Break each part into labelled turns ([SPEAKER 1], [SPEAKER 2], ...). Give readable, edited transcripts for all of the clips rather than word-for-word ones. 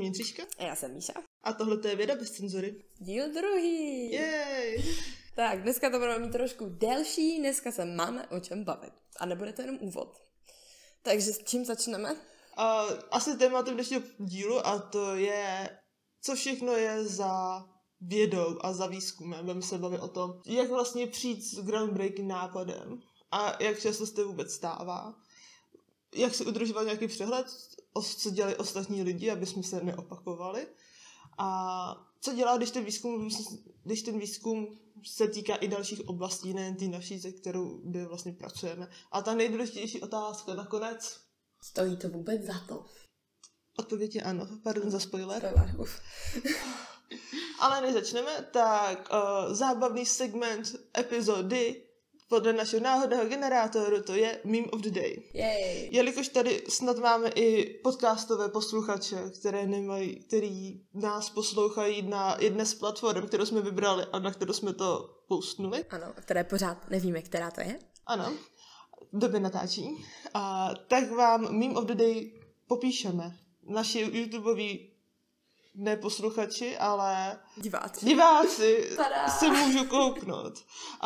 [SPEAKER 1] Jindřiška.
[SPEAKER 2] A já jsem Míša.
[SPEAKER 1] A tohle to je Věda bez cenzury.
[SPEAKER 2] Díl druhý.
[SPEAKER 1] Jej!
[SPEAKER 2] Tak, dneska to budeme mít trošku delší, dneska se máme o čem bavit. A nebude to jenom úvod. Takže s čím začneme?
[SPEAKER 1] Asi tématem dnešního dílu a to je, co všechno je za vědou a za výzkumem. Budeme se bavit o tom, jak vlastně přijít s groundbreaking nápadem a jak často se to vůbec stává. Jak si udržovat nějaký přehled, co dělají ostatní lidi, aby jsme se neopakovali. A co dělá, když ten výzkum se týká i dalších oblastí, nejen ty naší, se kterou kde vlastně pracujeme. A ta nejdůležitější otázka nakonec.
[SPEAKER 2] Stojí to vůbec za to?
[SPEAKER 1] Odpověď je ano. Pardon za spoiler.
[SPEAKER 2] Uf.
[SPEAKER 1] Ale než začneme, tak zábavný segment epizody podle našeho náhodného generátoru, to je Meme of the Day.
[SPEAKER 2] Yay.
[SPEAKER 1] Jelikož tady snad máme i podcastové posluchače, který nás poslouchají na jedné z platform, kterou jsme vybrali a na kterou jsme to postnuli.
[SPEAKER 2] Ano, které pořád nevíme, která to je.
[SPEAKER 1] Ano, v době natáčí. Tak vám Meme of the Day popíšeme. Naši YouTubeoví ne posluchači, ale diváci se můžou kouknout.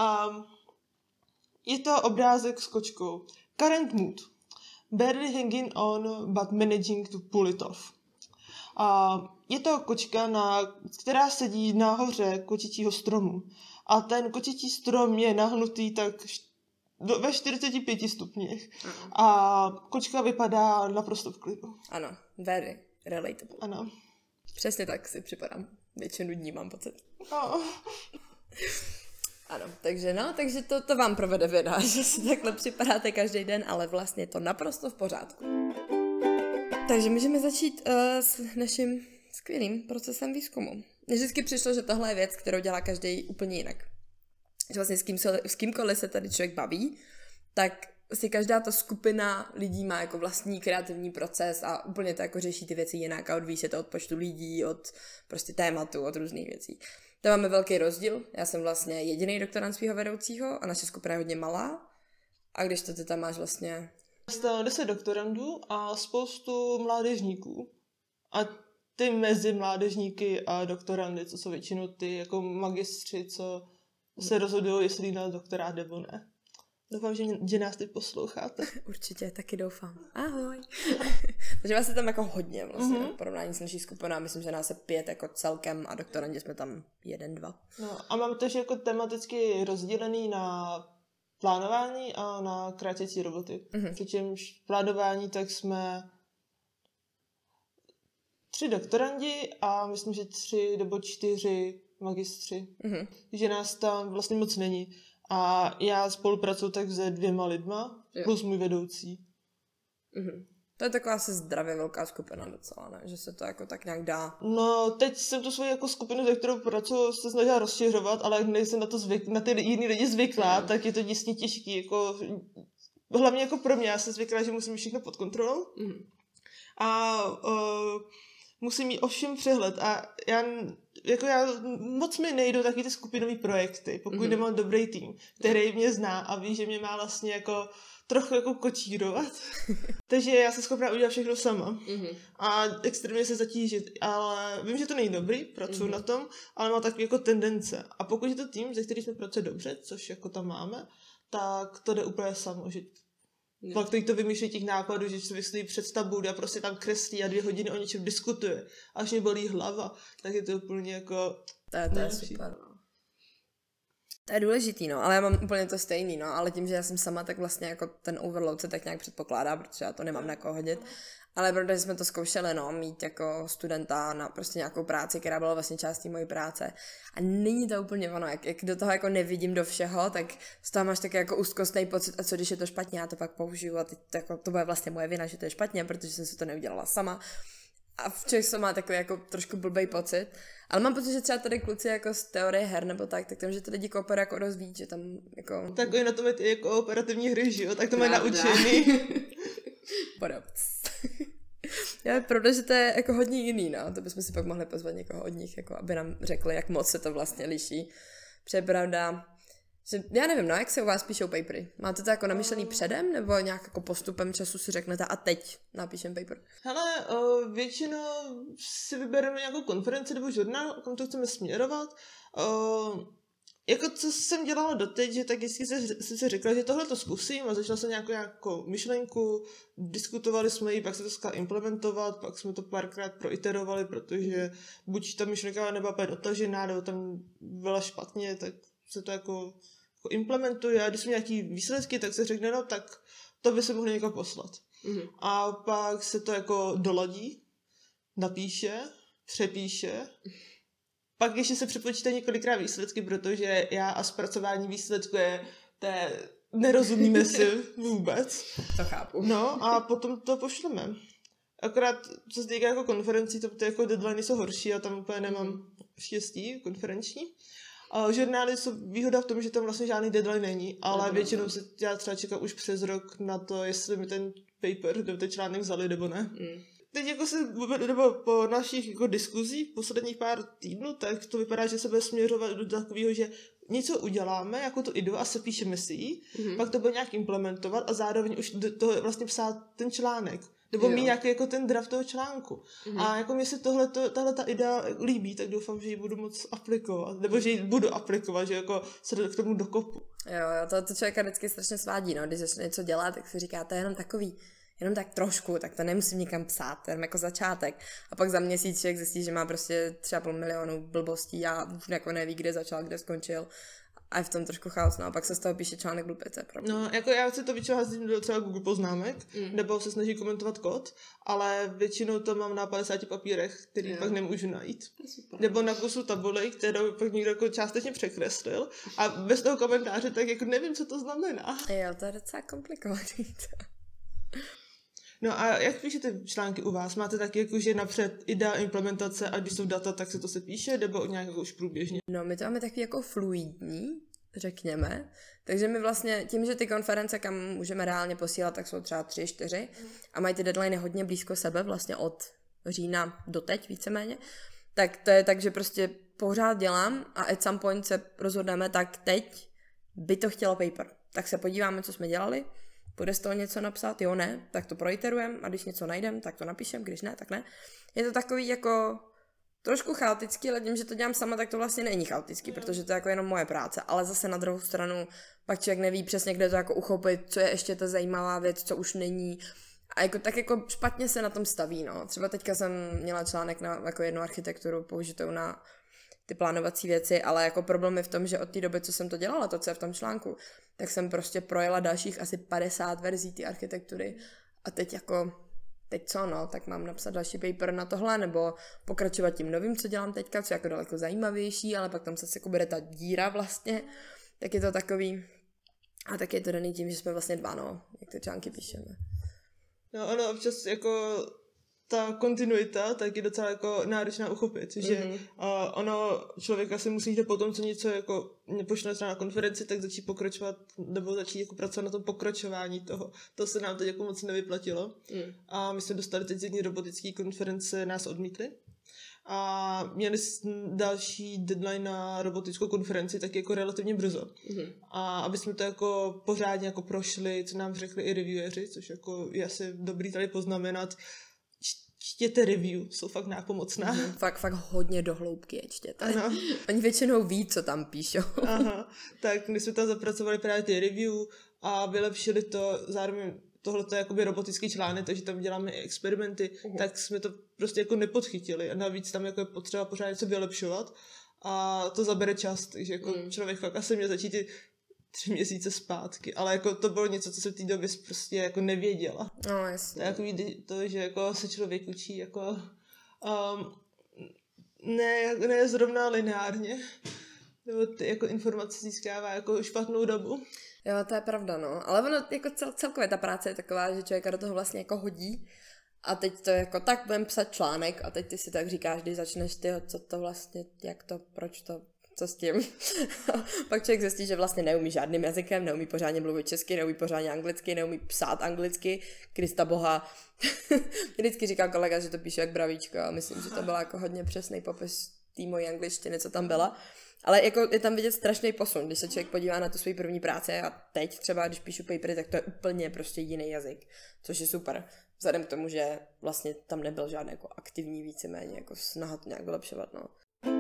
[SPEAKER 1] Je to obrázek s kočkou. Current mood. Barely hanging on, but managing to pull it off. Je to kočka, která sedí nahoře kočičího stromu. A ten kočičí strom je nahnutý tak ve 45 stupních. A kočka vypadá naprosto v klidu.
[SPEAKER 2] Ano, very relatable.
[SPEAKER 1] Ano.
[SPEAKER 2] Přesně tak si připadám. Většinu dní mám pocit.
[SPEAKER 1] Oh.
[SPEAKER 2] Ano, takže to vám provede věda, že si takhle připadáte každý den, ale vlastně je to naprosto v pořádku. Takže můžeme začít s naším skvělým procesem výzkumu. Mně vždycky přišlo, že tohle je věc, kterou dělá každý úplně jinak. Že vlastně s kýmkoliv se tady člověk baví, tak si každá ta skupina lidí má jako vlastní kreativní proces a úplně to jako řeší ty věci jinak a odvíjí se to od počtu lidí, od prostě tématu, od různých věcí. Tam máme velký rozdíl. Já jsem vlastně jediný doktorant svého vedoucího a naše skupina je hodně malá. A když to ty tam máš vlastně...
[SPEAKER 1] Stále 10 doktorandů a spoustu mládežníků. A ty mezi mládežníky a doktorandy, co jsou většinou ty jako magistři, co se rozhodují, jestli na doktorát nebo ne. Doufám, že nás teď posloucháte.
[SPEAKER 2] Určitě, taky doufám. Ahoj. Takže vás je tam jako hodně vlastně, v porovnání s naší skupinou. Myslím, že nás je 5 jako celkem a doktorandi jsme tam 1, 2.
[SPEAKER 1] No a máme to jako tematicky rozdělený na plánování a na krátěcí roboty. Přičemž v plánování tak jsme 3 doktorandi a myslím, že 3 nebo 4 magistři. Takže nás tam vlastně moc není. A já spolupracuji tak se 2 lidma, plus můj vedoucí.
[SPEAKER 2] To je taková asi zdravě velká skupina docela, ne? Že se to jako tak nějak dá.
[SPEAKER 1] No, teď jsem tu svoji jako skupinu, ze kterou pracuji, se snažila rozšiřovat, ale jak nejsem na ty jiný lidi zvyklá, tak je to děsně těžký. Jako, hlavně jako pro mě, já jsem zvyklá, že musím mít všechno pod kontrolou. A musím mít o všem přehled. A já moc mi nejdou taky ty skupinový projekty, pokud nemám dobrý tým, který mě zná a ví, že mě má vlastně jako trochu jako kočírovat. Takže já jsem schopná udělat všechno sama. A extrémně se zatížit. Ale vím, že to není dobrý, pracuji na tom, ale má takový jako tendence. A pokud je to tým, ze kterým jsme pracuje dobře, což jako tam máme, tak to jde úplně samo, že pak který to vymýšlí těch nápadů, že se vyslí představu a prostě tam kreslí a 2 hodiny o něčem diskutuje. Až mě bolí hlava, tak je to úplně jako...
[SPEAKER 2] To je super, no. To je důležitý, no, ale já mám úplně to stejný, no, ale tím, že já jsem sama, tak vlastně jako ten overload se tak nějak předpokládá, protože já to nemám na koho hodit. Ale protože jsme to zkoušeli, no, mít jako studenta na prostě nějakou práci, která byla vlastně částí mojí práce. A není to úplně ono, jak do toho jako nevidím do všeho, tak z toho máš taky jako úzkostný pocit, a co když je to špatně, já to pak použiju a teď to bude vlastně moje vina, že to je špatně, protože jsem si to neudělala sama. A člověk se má takový jako trošku blbej pocit. Ale mám pocit, že třeba tady kluci jako z teorie her nebo tak tam, že ty lidi kooperují jako dost víc, že tam jako...
[SPEAKER 1] Tak oni na tom je jako operativní hry, že jo? Tak to mají naučený.
[SPEAKER 2] Je pravda, že to je jako hodně jiný, no. To bychom si pak mohli pozvat někoho od nich, jako aby nám řekli, jak moc se to vlastně liší. Protože je pravda, Že, já nevím, no, jak se u vás píšou papery? Máte to jako namyšlený předem, nebo nějak jako postupem času si řeknete a teď napíšem paper?
[SPEAKER 1] Hele, většinou si vybereme nějakou konferenci nebo žurnál, kam to chceme směrovat. Jako co jsem dělala doteď, že tak vždycky jsem si řekla, že tohle to zkusím a začala jsem nějakou myšlenku, diskutovali jsme ji, pak se to zkala implementovat, pak jsme to párkrát proiterovali, protože buď ta myšlenka nebyla úplně dotažená, nebo tam byla špatně, tak se to jako implementuje a když jsou nějaký výsledky, tak se řekne, no tak to by se mohli někam poslat.
[SPEAKER 2] Mm-hmm.
[SPEAKER 1] A pak se to jako doladí, napíše, přepíše, pak ještě se přepočítají několikrát výsledky, protože já a zpracování výsledku nerozumíme si vůbec.
[SPEAKER 2] To chápu.
[SPEAKER 1] No a potom to pošleme. Akorát, co se týká jako konferencí, to ty jako deadliny jsou horší a tam úplně nemám štěstí konferenční. A žurnály jsou výhoda v tom, že tam vlastně žádný deadline není, ale většinou se já třeba čekám už přes rok na to, jestli mi ten paper nebo ten článek vzali nebo ne. Teď jako nebo po našich jako diskuzích posledních pár týdnů, tak to vypadá, že se bude směřovat do takového, že něco uděláme, jako tu ideu a se píšeme si ji, pak to bude nějak implementovat a zároveň už do toho vlastně psát ten článek. Nebo mít nějaký jako ten draft toho článku. A jako mi se tahle ta idea líbí, tak doufám, že ji budu moc aplikovat. Nebo že ji budu aplikovat, že jako se k tomu dokopu.
[SPEAKER 2] Jo, to člověka vždycky strašně svádí, no. Když začne něco dělat, tak si říká, to je jenom takový, jenom tak trošku, tak to nemusím nikam psát, to je jako začátek. A pak za měsíc člověk zjistí, že má prostě 3,5 milionu blbostí a už jako neví, kde začal, kde skončil. A je v tom trošku chaos, no a pak se z toho píše článek blbece, pravda.
[SPEAKER 1] No, jako já si to většinou házím do třeba Google poznámek, nebo se snažím komentovat kód, ale většinou to mám na 50 papírech, který pak nemůžu najít. Nebo na kusu tabulek, kterou pak někdo jako částečně překreslil a bez toho komentáře tak jako nevím, co to znamená.
[SPEAKER 2] Jo, to je docela komplikovaný.
[SPEAKER 1] No a jak píšete články u vás? Máte taky jako, že napřed idea, implementace a když jsou data, tak se to se píše, nebo nějak jako už průběžně?
[SPEAKER 2] No, my to máme takový jako fluidní, řekněme. Takže my vlastně tím, že ty konference, kam můžeme reálně posílat, tak jsou třeba 3, 4 a mají ty deadliny hodně blízko sebe, vlastně od října do teď víceméně, tak to je tak, že prostě pořád dělám a at some point se rozhodneme, tak teď by to chtělo paper. Tak se podíváme, co jsme dělali, půjde z toho něco napsat, jo, ne, tak to proiterujeme a když něco najdem, tak to napíšem, když ne, tak ne. Je to takový jako trošku chaotický, ale tím, že to dělám sama, tak to vlastně není chaotický, protože to je jako jenom moje práce, ale zase na druhou stranu pak člověk neví přesně, kde to jako uchopit, co je ještě ta zajímavá věc, co už není. A jako, tak jako špatně se na tom staví, no. Třeba teďka jsem měla článek na jako jednu architekturu použitou na ty plánovací věci, ale jako problém je v tom, že od té doby, co jsem to dělala, to, co je v tom článku, tak jsem prostě projela dalších asi 50 verzí té architektury a teď co, no, tak mám napsat další paper na tohle, nebo pokračovat tím novým, co dělám teďka, co je jako daleko zajímavější, ale pak tam zase jako bude ta díra vlastně, tak je to takový, a tak je to daný tím, že jsme vlastně dva, no, jak ty články píšeme.
[SPEAKER 1] No ono občas jako ta kontinuita tak je docela jako náročná uchopit, že ono člověka si musí jít potom, co něco jako pošle na konferenci, tak začít pokračovat, nebo začít jako pracovat na tom pokračování toho. To se nám teď jako moc nevyplatilo. A my jsme dostali teď z jedné robotické konference, nás odmítli. A měli další deadline na robotickou konferenci tak jako relativně brzo. A aby jsme to jako pořádně jako prošli, co nám řekli i revieweři, což jako je asi dobrý tady poznamenat, čtěte review, jsou fakt nápomocná.
[SPEAKER 2] Fakt hodně do hloubky je čtěte.
[SPEAKER 1] Ano.
[SPEAKER 2] Oni většinou ví, co tam píšou.
[SPEAKER 1] Aha, tak my jsme tam zapracovali právě ty review a vylepšili to, zároveň tohle je jakoby robotický článek, takže tam děláme i experimenty, tak jsme to prostě jako nepodchytili a navíc tam jako je potřeba pořád něco vylepšovat a to zabere čas, takže jako člověk fakt asi měl začít ty 3 měsíce zpátky, ale jako to bylo něco, co jsem v té době prostě jako nevěděla.
[SPEAKER 2] No, jasně.
[SPEAKER 1] To je takový to, že jako se člověk učí jako ne zrovna lineárně, nebo ty jako informace získává jako špatnou dobu.
[SPEAKER 2] Jo, to je pravda, no. Ale ono jako celkově ta práce je taková, že člověka do toho vlastně jako hodí a teď to jako tak budem psat článek a teď ty si tak říkáš, když začneš co to vlastně, jak to, proč to, co s tím. Pak člověk zjistí, že vlastně neumí žádným jazykem, neumí pořádně mluvit česky, neumí pořádně anglicky, neumí psát anglicky, Krista boha. Vždycky říkal kolega, že to píše jak bravíčko a myslím, že to byla jako hodně přesný popis té mojí angličtiny, co tam byla. Ale jako je tam vidět strašný posun, když se člověk podívá na tu svou první práci a teď třeba, když píšu papery, tak to je úplně prostě jiný jazyk, což je super. Vzhledem k tomu, že vlastně tam nebyl žádný jako aktivní víceméně jako snaha to nějak vylepšovat, no.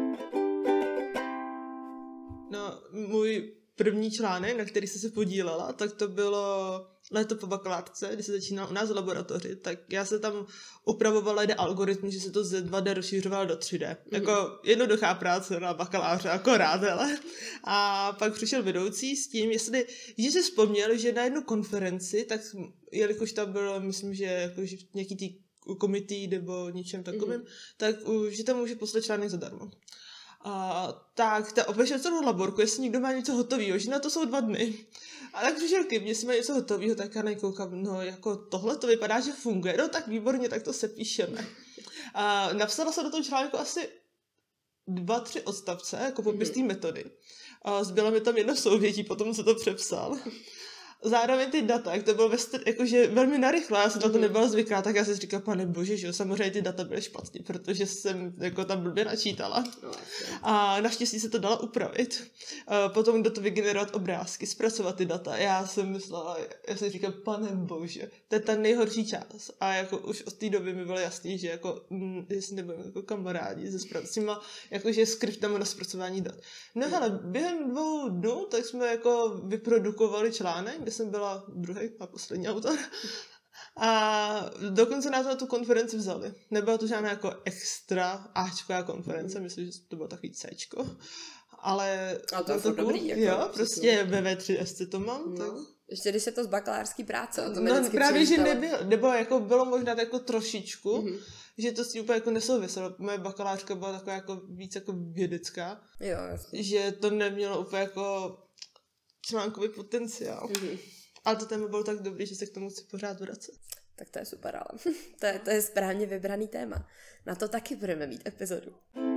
[SPEAKER 1] No, můj první článek, na který jsem se podílela, tak to bylo léto po bakalářce, kdy se začínal u nás v laboratoři, tak já se tam upravovala jeden algoritm, že se to z 2D rozšířovalo do 3D. Jako jednoduchá práce na bakaláře, akorát, hele. A pak přišel vedoucí s tím, že si vzpomněl, že na jednu konferenci, tak jelikož tam bylo, myslím, že jako, že nějaký tý komitý nebo něčem takovým, tak že tam může poslat článek zadarmo. Tak ta obešel celou laborku, jestli někdo má něco hotového, že na to jsou 2 dny. A tak přišel ke mně, jestli má něco hotového, tak já nekoukám, no jako tohle to vypadá, že funguje, no tak výborně, tak to se píšeme. A napsala se do toho článku asi 2-3 odstavce, jako popis té metody. A zbyla mi tam jedna souvětí, potom se to přepsal. Zároveň ty data, jak to bylo jakože velmi narychle, já jsem na to nebyla zvyklá, tak já jsem si říkala, pane bože, že jo, samozřejmě ty data byly špatný, protože jsem jako tam blbě načítala. A naštěstí se to dalo upravit. Potom do toho vygenerovat obrázky, zpracovat ty data. Já jsem říkala, pane bože, to je ta nejhorší část. A jako už od té doby mi bylo jasný, že jako, jestli nebudeme jako kamarádi s těma, jakože skriptama na zpracování dat. No hele, během 2 dnů, tak jsme jako vyprodukovali článek, kde jsem byla druhý a poslední autor. A dokonce nás na tu konferenci vzali. Nebyla to žádná jako extra Ačková konference, myslím, že to bylo takový Cčko. Ale
[SPEAKER 2] to je to dobrý. Jako,
[SPEAKER 1] jo, prostě ve V3S to mám.
[SPEAKER 2] No.
[SPEAKER 1] Tak...
[SPEAKER 2] Ještě když je to z bakalářské práce. To
[SPEAKER 1] no právě, že nebo jako bylo možná jako trošičku, že to s tím úplně jako nesouviselo. Moje bakalářka byla taková jako víc jako vědecká.
[SPEAKER 2] Jo, jasně.
[SPEAKER 1] Že to nemělo úplně jako článkový potenciál. A to téma bylo tak dobrý, že se k tomu chci pořád vracet.
[SPEAKER 2] Tak to je super, ale to je správně vybraný téma. Na to taky budeme mít epizodu.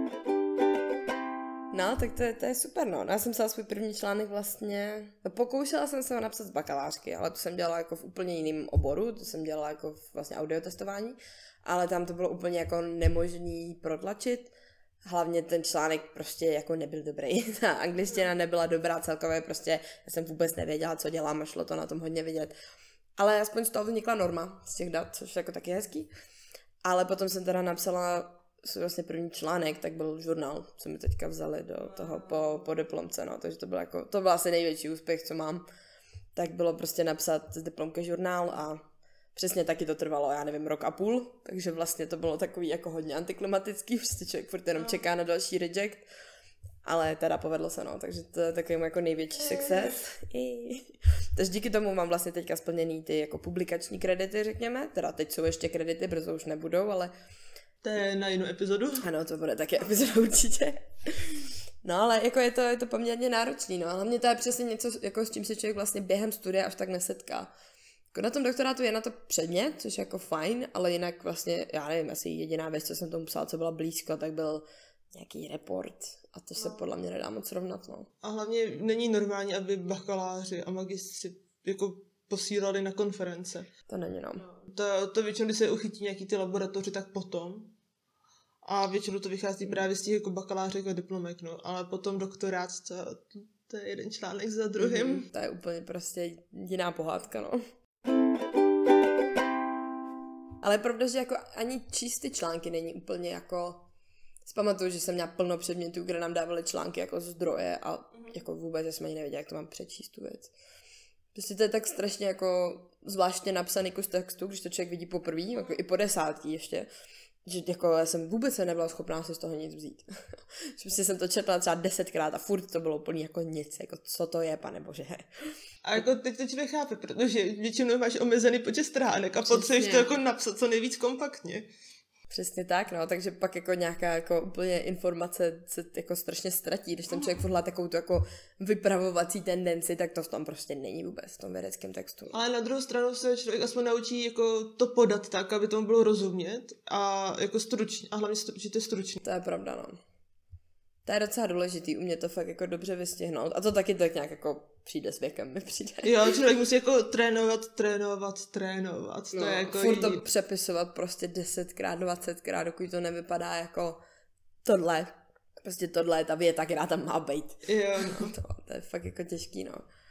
[SPEAKER 2] No, tak to je super, no. Já jsem psala svůj první článek vlastně, pokoušela jsem se ho napsat z bakalářky, ale to jsem dělala jako v úplně jiném oboru, to jsem dělala jako v vlastně audiotestování, ale tam to bylo úplně jako nemožný protlačit. Hlavně ten článek prostě jako nebyl dobrý. Ta angličtina nebyla dobrá celkově, prostě já jsem vůbec nevěděla, co dělám a šlo to na tom hodně vidět. Ale aspoň z toho vznikla norma z těch dat, což je jako taky hezký. Ale potom jsem teda napsala vlastně první článek, tak byl žurnál, co mi teďka vzali do toho po diplomce, no, takže to byl asi největší úspěch, co mám. Tak bylo prostě napsat z diplomky žurnál a přesně taky to trvalo, já nevím, 1,5 roku, takže vlastně to bylo takový jako hodně antiklimatický, prostě člověk furt jenom čeká na další reject, ale teda povedlo se, no, takže to je takový jako největší success. Takže díky tomu mám vlastně teďka splněný ty jako publikační kredity, řekněme, teda teď jsou ještě kredity, brzo už nebudou, ale...
[SPEAKER 1] To je na jinou epizodu. Ano,
[SPEAKER 2] to bude taky epizoda určitě. No, ale jako je to poměrně náročný, no, ale hlavně to je přesně něco, jako s čím se člověk vlastně během studia až tak nesetká. Na tom doktorátu je na to předmět, což je jako fajn, ale jinak vlastně, já nevím, asi jediná věc, co jsem tomu psala, co byla blízko, tak byl nějaký report a to se podle mě nedá moc srovnat, no.
[SPEAKER 1] A hlavně není normální, aby bakaláři a magistři jako posílali na konference.
[SPEAKER 2] To není, no.
[SPEAKER 1] To většinou, když se uchytí nějaký ty laboratoři, tak potom. A většinou to vychází právě z těch jako bakalářek a diplomek, no. Ale potom doktorát, to je jeden článek za druhým.
[SPEAKER 2] To je úplně prostě jiná pohádka, no. Ale pravda, že jako ani číst ty články není úplně jako... Zpamatuju, že jsem měla plno předmětů, kde nám dávali články jako zdroje a jako vůbec jsme ani nevěděli, jak to mám přečíst tu věc. Prostě to je tak strašně jako zvláštně napsaný kus textu, když to člověk vidí poprvé, jako i po 10. ještě, že jako já jsem vůbec nebyla schopná si z toho nic vzít. Prostě jsem to četla třeba 10krát a furt to bylo úplně jako nic, jako co to je, pane bože.
[SPEAKER 1] A jako teď to člověk chápe, protože většinou máš omezený počet stránek a potřebuješ to jako napsat co nejvíc kompaktně.
[SPEAKER 2] Přesně tak, no, takže pak jako nějaká jako úplně informace se jako strašně ztratí, když ten člověk podle takovou tu jako vypravovací tendenci, tak to v tom prostě není vůbec, v tom vědeckém textu.
[SPEAKER 1] Ale na druhou stranu se člověk aspoň naučí jako to podat tak, aby tomu bylo rozumět a jako stručně, a hlavně stručně.
[SPEAKER 2] To je pravda, no. To je docela důležitý, umět to fakt jako dobře vystihnout. A to taky tak nějak jako přijde s věkem, mi přijde.
[SPEAKER 1] Jo, člověk musí jako trénovat. To
[SPEAKER 2] no,
[SPEAKER 1] je jako
[SPEAKER 2] furt to přepisovat prostě 10krát, 20krát, dokud to nevypadá jako tohle. Prostě tohle je ta věta, která tam má být.
[SPEAKER 1] Jo, no.
[SPEAKER 2] To je fakt jako těžký, no.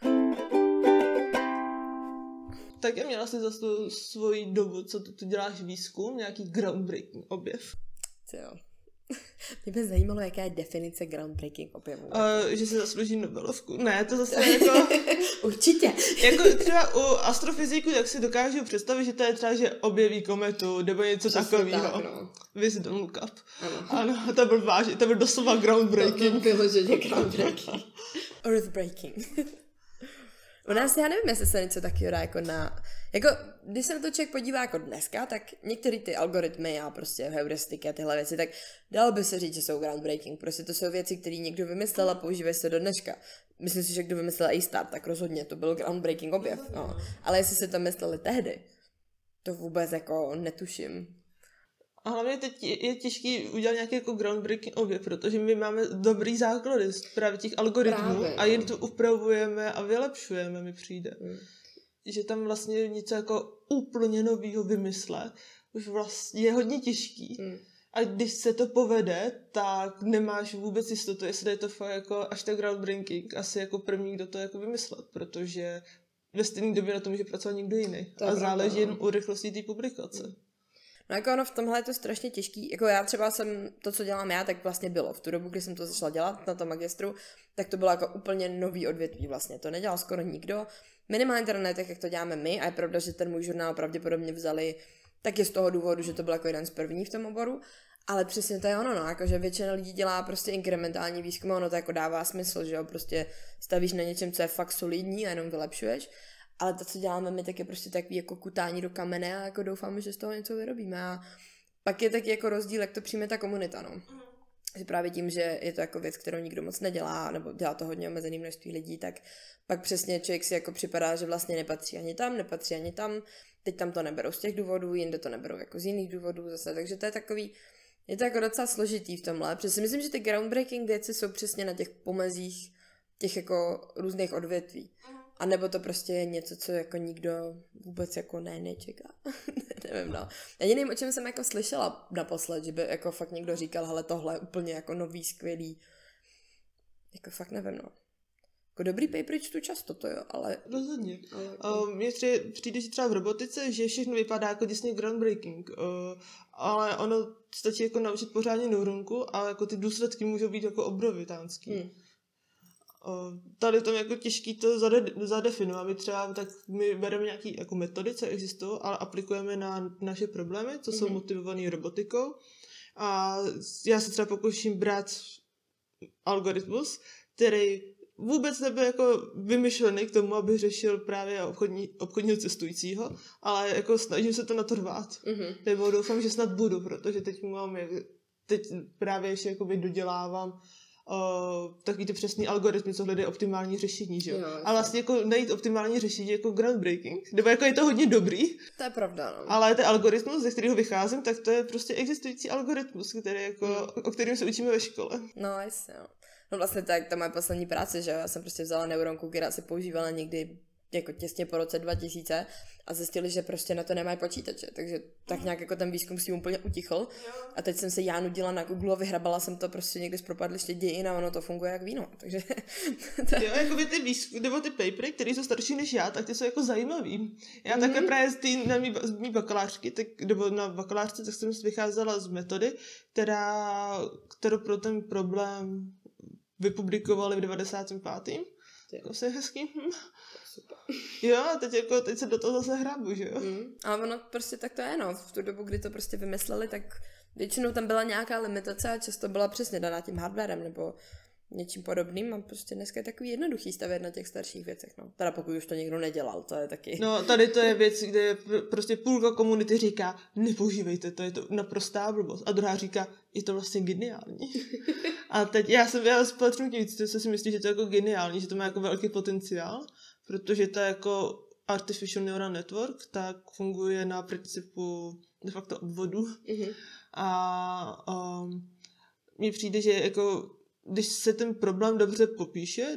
[SPEAKER 1] Tak já měla si za tu svoji dobu, co tu děláš výzkum, nějaký groundbreaking objev.
[SPEAKER 2] Jo. Mě by zajímalo, jaká je definice groundbreaking objevu.
[SPEAKER 1] Že se zaslouží Nobelovku. Ne, to zase jako...
[SPEAKER 2] Určitě.
[SPEAKER 1] Jako třeba u astrofyziků, jak si dokážu představit, že to je třeba, že objeví kometu, nebo něco takového.
[SPEAKER 2] Tak, no.
[SPEAKER 1] Viz don't look up.
[SPEAKER 2] Ano.
[SPEAKER 1] Ano, to byl doslova groundbreaking.
[SPEAKER 2] Vyloženě groundbreaking. Earthbreaking. U nás, já nevím, jestli se něco takového dá jako jako, když se na to člověk podívá jako dneska, tak některé ty algoritmy a prostě heuristiky a tyhle věci, tak dalo by se říct, že jsou groundbreaking. Prostě to jsou věci, které někdo vymyslel a používají se do dneška. Myslím si, že kdo vymyslel A-Star, tak rozhodně to byl groundbreaking objev. No. Ale jestli se to mysleli tehdy, to vůbec jako netuším.
[SPEAKER 1] A hlavně teď je těžký udělat nějaký jako groundbreaking objev, protože my máme dobrý základy z právě těch algoritmů
[SPEAKER 2] Právě,
[SPEAKER 1] a jen to upravujeme a vylepšujeme, mi přijde. Že tam vlastně něco jako úplně novýho vymyslet už vlastně je hodně těžký. A když se to povede, tak nemáš vůbec jistotu, jestli je to fakt jako až tak groundbreaking, asi jako první, kdo to jako vymyslet, protože ve stejné době na tom může pracovat někdo jiný. A záleží jen u rychlosti té publikace.
[SPEAKER 2] No jako ono v tomhle je to strašně těžký, jako já třeba jsem, to, co dělám já, tak vlastně bylo v tu dobu, kdy jsem to začala dělat na tom magistru, tak to bylo jako úplně nový odvětví vlastně, to nedělal skoro nikdo, minimálně teda ne tak, jak to děláme my a je pravda, že ten můj žurnál pravděpodobně vzali taky z toho důvodu, že to byl jako jeden z prvních v tom oboru, ale přesně to je ono, no, jakože většina lidí dělá prostě inkrementální výzkum a ono to jako dává smysl, že jo, prostě stavíš na něčem, co je fakt solidní a jenom vylepšuješ. Ale to, co děláme my, tak je prostě takový jako kutání do kamene a jako doufáme, že z toho něco vyrobíme. A pak je taky jako rozdíl, jak to přijme ta komunita, no. Že právě tím, že je to jako věc, kterou nikdo moc nedělá, nebo dělá to hodně omezený množství lidí, tak pak přesně člověk si jako připadá, že vlastně nepatří ani tam, teď tam to neberou z těch důvodů, jinde to neberou jako z jiných důvodů zase, takže to je takový, je to jako docela složitý v tomhle. Protože si myslím, že ty groundbreaking věci jsou přesně na těch pomezích těch jako různých odvětví. A nebo to prostě je něco, co jako nikdo vůbec jako nečeká. Nevím, no. Jediným, o čem jsem jako slyšela naposled, že by jako fakt někdo říkal, hele, tohle je úplně jako nový, skvělý. Jako fakt nevím, no. Jako dobrý paper čtu často, to jo, ale...
[SPEAKER 1] Rozhodně. Mně přijde, že třeba v robotice, že všechno vypadá jako děsně groundbreaking, ale ono stačí jako naučit pořádně neuronku a jako ty důsledky můžou být jako obrovitánský. Tady to je jako těžký to zadefinovat. My bereme nějaké jako metody, co existují, ale aplikujeme na naše problémy, co jsou motivované robotikou. A já se třeba pokouším brát algoritmus, který vůbec nebyl jako vymyšlený k tomu, aby řešil právě obchodního cestujícího, ale jako snažím se to na to rvát. Nebo doufám, že snad budu, protože teď právě ještě jakoby dodělávám takový ty přesný algoritmy, co hledají optimální řešení, že jo? A vlastně jako najít optimální řešení jako groundbreaking, nebo jako je to hodně dobrý.
[SPEAKER 2] To je pravda, no.
[SPEAKER 1] Ale ten algoritmus, ze kterého vycházím, tak to je prostě existující algoritmus, který jako, o kterém se učíme ve škole.
[SPEAKER 2] No, jasně, no. No vlastně tak, to moje poslední práce, že jo? Já jsem prostě vzala neuronku, která se používala někdy jako těsně po roce 2000 a zjistili, že prostě na to nemají počítače, takže tak nějak jako ten výzkum si úplně utichl a teď jsem se já nudila na Google, vyhrabala jsem to prostě někde z propadliště dějin a ono to funguje jak víno, takže...
[SPEAKER 1] Jo, jako by ty výzkum, nebo ty papery, které jsou starší než já, tak ty jsou jako zajímavý. Já takhle právě z mý bakalářky, nebo na bakalářce, tak jsem vycházela z metody, kterou pro ten problém vypublikovali v 95. To je hezký.
[SPEAKER 2] Super.
[SPEAKER 1] Jo, a teď se do toho zase hrabu, že jo?
[SPEAKER 2] A ono prostě tak to je, no. V tu dobu, kdy to prostě vymysleli, tak většinou tam byla nějaká limitace a často byla přesně daná tím hardwarem nebo něčím podobným a prostě dneska je takový jednoduchý stavět na těch starších věcech, no. Teda pokud už to někdo nedělal, to je taky... No,
[SPEAKER 1] tady to je věc, kde prostě půlka komunity říká, nepoužívejte, to je to naprostá blbost. A druhá říká, je to vlastně geniální. A teď já patřím k víc, co si myslí, že to je jako geniální, že to má jako velký potenciál, protože to je jako artificial neural network, tak funguje na principu de facto obvodu. A mně přijde, že jako když se ten problém dobře popíše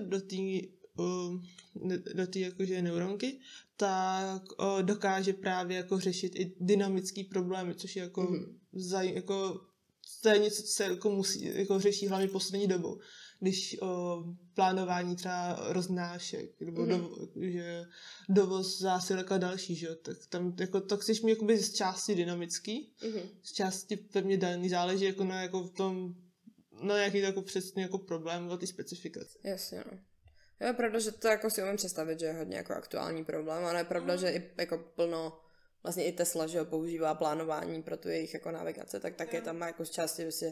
[SPEAKER 1] do té jakože neuronky, tak dokáže právě jako řešit i dynamický problémy, což je jako, jako to je něco, co se jako musí, jako řeší hlavně poslední dobou. Když plánování třeba roznášek, nebo že dovoz zásilek a další, že? Tak tam jako, to chceš mít jakoby z části dynamický, z části pevně daný, záleží jako na jako v tom, na nějaký jako přesný jako problém, o ty specifikace.
[SPEAKER 2] Jasně, no. Je pravda, že to jako si umím představit, že je hodně jako aktuální problém, ale je pravda, že i jako plno, vlastně i Tesla, že ho používá plánování pro tu jejich jako navigace, tak také tam má jako z části vlastně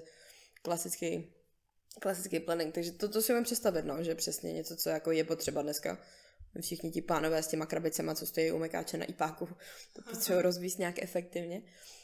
[SPEAKER 2] klasický planning, takže to si umím představit, no, že přesně něco, co jako je potřeba dneska. Všichni ti pánové s těma krabicema, co stojí u mekáče na IPáku, to potřebuji rozvíjet nějak efektivně.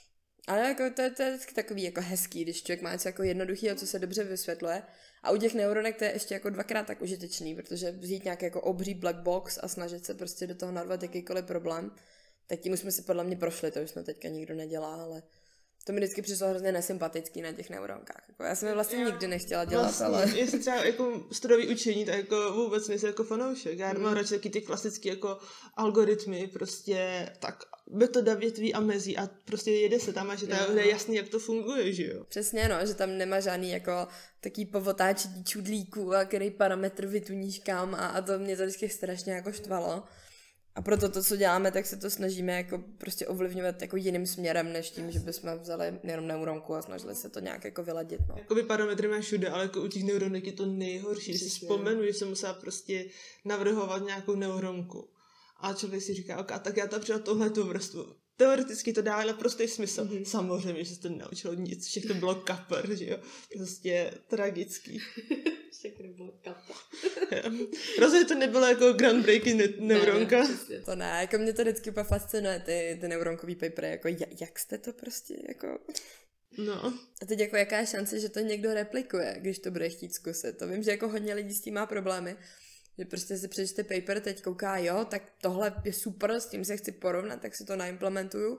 [SPEAKER 2] Ale jako to je vždycky takový jako hezký, když člověk má něco jako jednoduchého, co se dobře vysvětluje. A u těch neuronek to je ještě jako dvakrát tak užitečný, protože vzít nějaký jako obří black box a snažit se prostě do toho narvat jakýkoliv problém, tak tím už jsme si podle mě prošli, to už jsme teďka nikdo nedělá, ale to mi vždycky přišlo hrozně nesympatický na těch neuronkách. Jako já jsem je vlastně nikdy nechtěla dělat,
[SPEAKER 1] vlastně,
[SPEAKER 2] ale...
[SPEAKER 1] Jestli třeba jako strojový učení, tak jako vůbec nejsem jako fanoušek. Já mám radši taky ty klasické jako algoritmy, prostě tak metoda větví a mezí a prostě jede se tam a že to je jasný, jak to funguje, že jo.
[SPEAKER 2] Přesně, no, že tam nemá žádný jako taký povotáčení čudlíků a který parametr vytuníš kam a to mě to vždycky strašně jako štvalo. A proto to, co děláme, tak se to snažíme jako prostě ovlivňovat jako jiným směrem, než tím, že bychom vzali jenom neuronku a snažili se to nějak jako vyladit, no.
[SPEAKER 1] Jakoby parametry máš všude, ale jako u těch neuronek je to nejhorší. Když si vzpomenu, že jsem musela prostě navrhovat nějakou neuronku. A člověk si říká, ok, tak já tam přidám tohletu vrstvu. Teoreticky to dá naprostý smysl. Samozřejmě, že se to naučilo nic, všechno bylo kapr, že jo. Prostě tragický.
[SPEAKER 2] Všechno bylo kapr.
[SPEAKER 1] Rozhodně to nebylo jako groundbreaking neuronka.
[SPEAKER 2] Ne, to ne, jako mě to vždycky úplně fascinuje, ty neuronkový papery, jako jak jste to prostě, jako...
[SPEAKER 1] No.
[SPEAKER 2] A teď jako jaká je šance, že to někdo replikuje, když to bude chtít zkusit. To vím, že jako hodně lidí s tím má problémy, že prostě si přečte paper, teď kouká, jo, tak tohle je super, s tím se chci porovnat, tak si to naimplementuju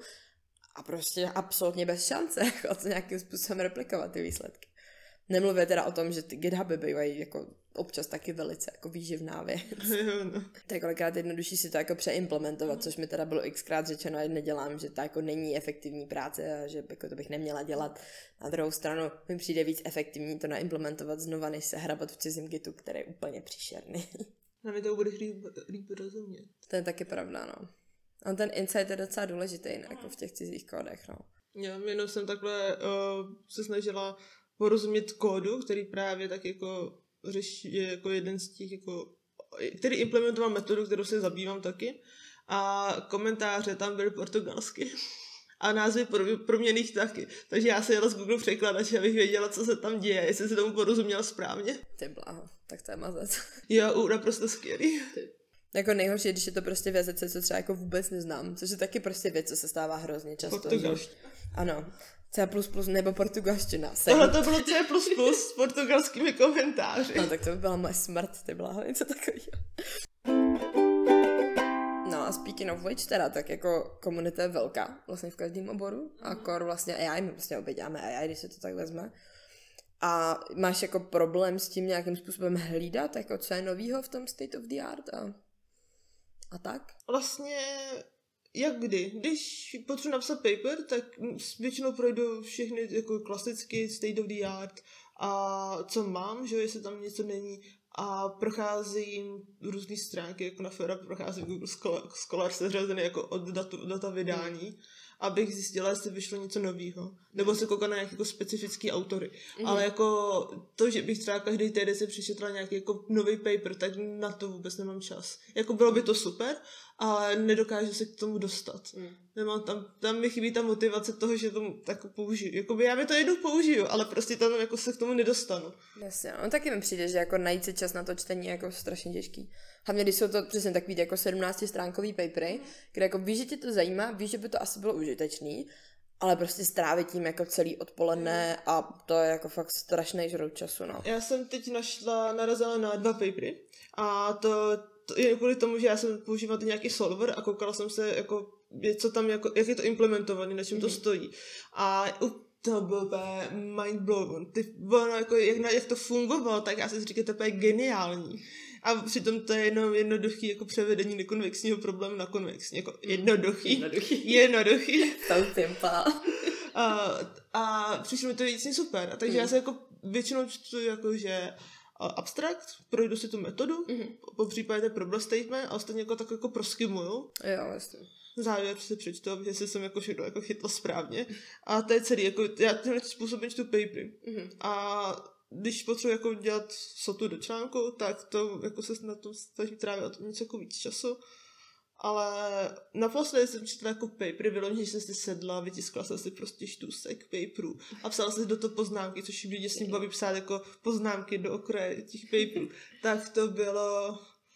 [SPEAKER 2] a prostě absolutně bez šance, jako to nějakým způsobem replikovat ty výsledky. Nemluvě teda o tom, že ty GitHuby bývají jako občas taky velice jako výživná věc.
[SPEAKER 1] Jo, no.
[SPEAKER 2] To je kolikrát jednodušší si to jako přeimplementovat, což mi teda bylo xkrát řečeno a nedělám, že to jako není efektivní práce a že jako to bych neměla dělat. Na druhou stranu mi přijde víc efektivní to naimplementovat znova, než se hrabat v cizím Gitu, který je úplně příšerný.
[SPEAKER 1] Na mě to budeš líp rozumět.
[SPEAKER 2] To je taky pravda, no. A ten insight je docela důležitý, ne, jako v těch cizích kódech, no.
[SPEAKER 1] Já jenom jsem takhle se snažila porozumět kódu, který právě tak jako řeší, je jako jeden z těch, jako, který implementoval metodu, kterou se zabývám taky. A komentáře tam byly portugalsky. A názvy proměnných taky. Takže já se jela z Google překladače, abych věděla, co se tam děje, jestli se tomu porozuměla správně.
[SPEAKER 2] Ty bláho, tak to je mazec.
[SPEAKER 1] Jo, naprosto skvělý.
[SPEAKER 2] Jako nejhorší, když je to prostě v jazyce, co třeba jako vůbec neznám, což je taky prostě věc, co se stává hrozně často.
[SPEAKER 1] Portugalština.
[SPEAKER 2] Ano, C++ nebo portugalština.
[SPEAKER 1] Tohle to bylo C++ s portugalskými komentáři.
[SPEAKER 2] No tak to by byla moje smrt, ty bláho, něco takového. No a speaking of which teda, tak jako komunita je velká, vlastně v každém oboru. A core vlastně AI, my vlastně obě děláme AI, když se to tak vezme. A máš jako problém s tím nějakým způsobem hlídat, jako co je novýho v tom state of the art a tak?
[SPEAKER 1] Vlastně jak kdy. Když potřebuji napsat paper, tak většinou projdu všechny jako klasicky state of the art a co mám, že jestli tam něco není a procházím různé stránky, jako na Fera procházím Google Scholar seřazený jako od data vydání, abych zjistila, jestli vyšlo něco nového. Nebo se koukala na nějaké jako specifický autory. Ale jako to, že bych třeba každý týden si přečetla nějaký jako nový paper, tak na to vůbec nemám čas. Jako bylo by to super, ale nedokážu se k tomu dostat. Nemám tam mi chybí ta motivace toho, že to tak použiju. Jakoby já mi to jednou použiju, ale prostě tam jako se k tomu nedostanu.
[SPEAKER 2] Jasně, no taky mi přijde, že jako najít si čas na to čtení je jako strašně těžký. Hlavně když jsou to přesně takový jako 17stránkový papery, kde jako víš, že tě to zajímá, víš, že by to asi bylo užitečný, ale prostě strávit tím jako celý odpoledne a to je jako fakt strašný žrout času, no.
[SPEAKER 1] Já jsem teď narazila na 2 papery a to je kvůli tomu, že já jsem používala nějaký solver a koukala jsem se jako, co tam jako, jak je to implementované, na čem to stojí. A to bylo úplně mindblown. Ono jako, jak to fungovalo, tak já si říkám, to je geniální. A přitom to je jenom jednoduchý jako převedení nekonvexního problému na konvexní. Jako jednoduchý.
[SPEAKER 2] Jednoduchý.
[SPEAKER 1] So simple. A přišlo mi to vnitřně super. A takže já se jako většinou čtu jakože abstrakt, projdu si tu metodu, po případě problem statement a ostatně jako tak jako proskimuju.
[SPEAKER 2] Jo, vlastně.
[SPEAKER 1] Závěr si přečtu, jestli jsem jako všechno jako chytla správně. A to je celý, jako já tímhle způsobem čtu papery. A když potřebuji jako dělat sotu do článku, tak to jako se na tom snažím trávit o tom něco jako víc času. Ale naposledy jsem četla jako papery, vyloženě, že jsem si sedla, vytiskla jsem si prostě štůsek paperů a psala jsem do toho poznámky, což mě děsně baví psát jako poznámky do okraje těch paperů. Tak to bylo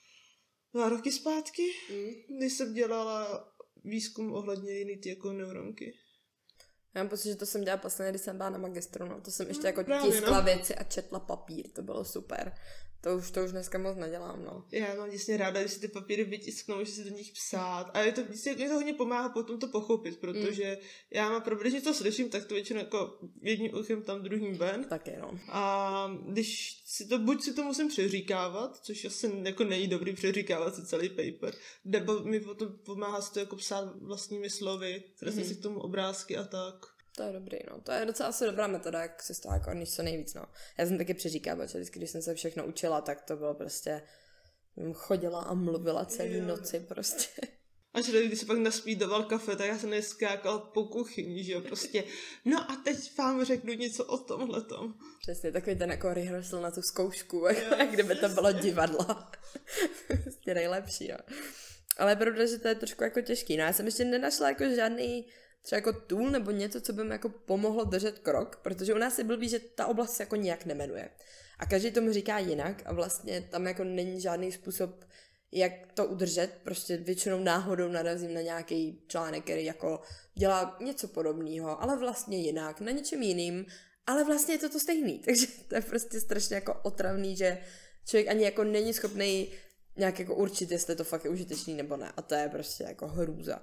[SPEAKER 1] 2 roky zpátky, když jsem dělala výzkum ohledně Unity jako neuronky.
[SPEAKER 2] Já mám pocit, že to jsem dělala posledně, když jsem byla na magistru, no. To jsem ještě jako
[SPEAKER 1] právě,
[SPEAKER 2] tiskla věci a četla papír, to bylo super. To už dneska moc nedělám, no.
[SPEAKER 1] Já mám děsně ráda, když si ty papíry vytisknou, že si do nich psát. A mě to hodně pomáhá potom to pochopit, protože já mám problém, když to slyším, tak to většinou jako jedním uchem tam, druhým ven.
[SPEAKER 2] Taky, no.
[SPEAKER 1] A když buď si to musím přeříkávat, což asi jako není dobrý přeříkávat si celý paper, nebo mi potom pomáhá si to jako psát vlastními slovy, kreslit si k tomu obrázky a tak.
[SPEAKER 2] To je dobrý, no. To je docela asi dobrá metoda, jak se z toho jako co nejvíc, no. Já jsem taky přeříkávala, že vždycky, když jsem se všechno učila, tak to bylo prostě, chodila a mluvila celý noci prostě.
[SPEAKER 1] A člověk, když se pak naspídoval kafe, tak já jsem neskákala po kuchyni, že jo, prostě. No a teď vám řeknu něco o tomhletom.
[SPEAKER 2] Přesně, takový ten jako rehearsal na tu zkoušku, jak kdyby to bylo divadlo. Prostě nejlepší, no. Ale je pravda, že to je trošku jako těžký, no. Já jsem ještě nenašla jako žádný třeba jako tool nebo něco, co by mi jako pomohlo držet krok, protože u nás je blbý, že ta oblast se jako nijak nemenuje. A každý tomu říká jinak a vlastně tam jako není žádný způsob, jak to udržet, prostě většinou náhodou narazím na nějaký článek, který jako dělá něco podobného, ale vlastně jinak, na něčem jiným, ale vlastně je to stejný, takže to je prostě strašně jako otravný, že člověk ani jako není schopný nějak jako určit, jestli to fakt je užitečný nebo ne, a to je prostě jako hrůza.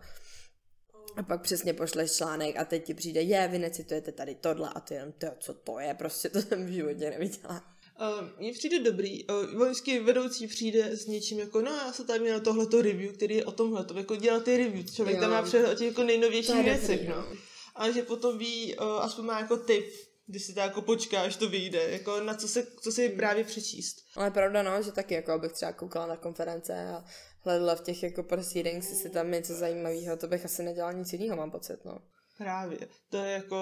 [SPEAKER 2] A pak přesně pošleš článek a teď ti přijde, vy necitujete tady tohle a ty jenom, co to je, prostě to jsem v životě neviděla.
[SPEAKER 1] Mně přijde dobrý, vojský vedoucí přijde s něčím jako, no já jsem tady měla tohleto review, který je o tomhletom, jako dělá ty review, člověk tam má přehled o těch jako nejnovějších věcech, no. A že potom ví, aspoň má jako tip, když si to jako počkáš, to vyjde, jako na co si právě přečíst.
[SPEAKER 2] Ale je pravda, no, že taky jako bych třeba koukala na konference a hledala v těch jako proceedings, jestli tam něco zajímavého, to bych asi nedělala nic jiného, mám pocit, no.
[SPEAKER 1] Právě, to je jako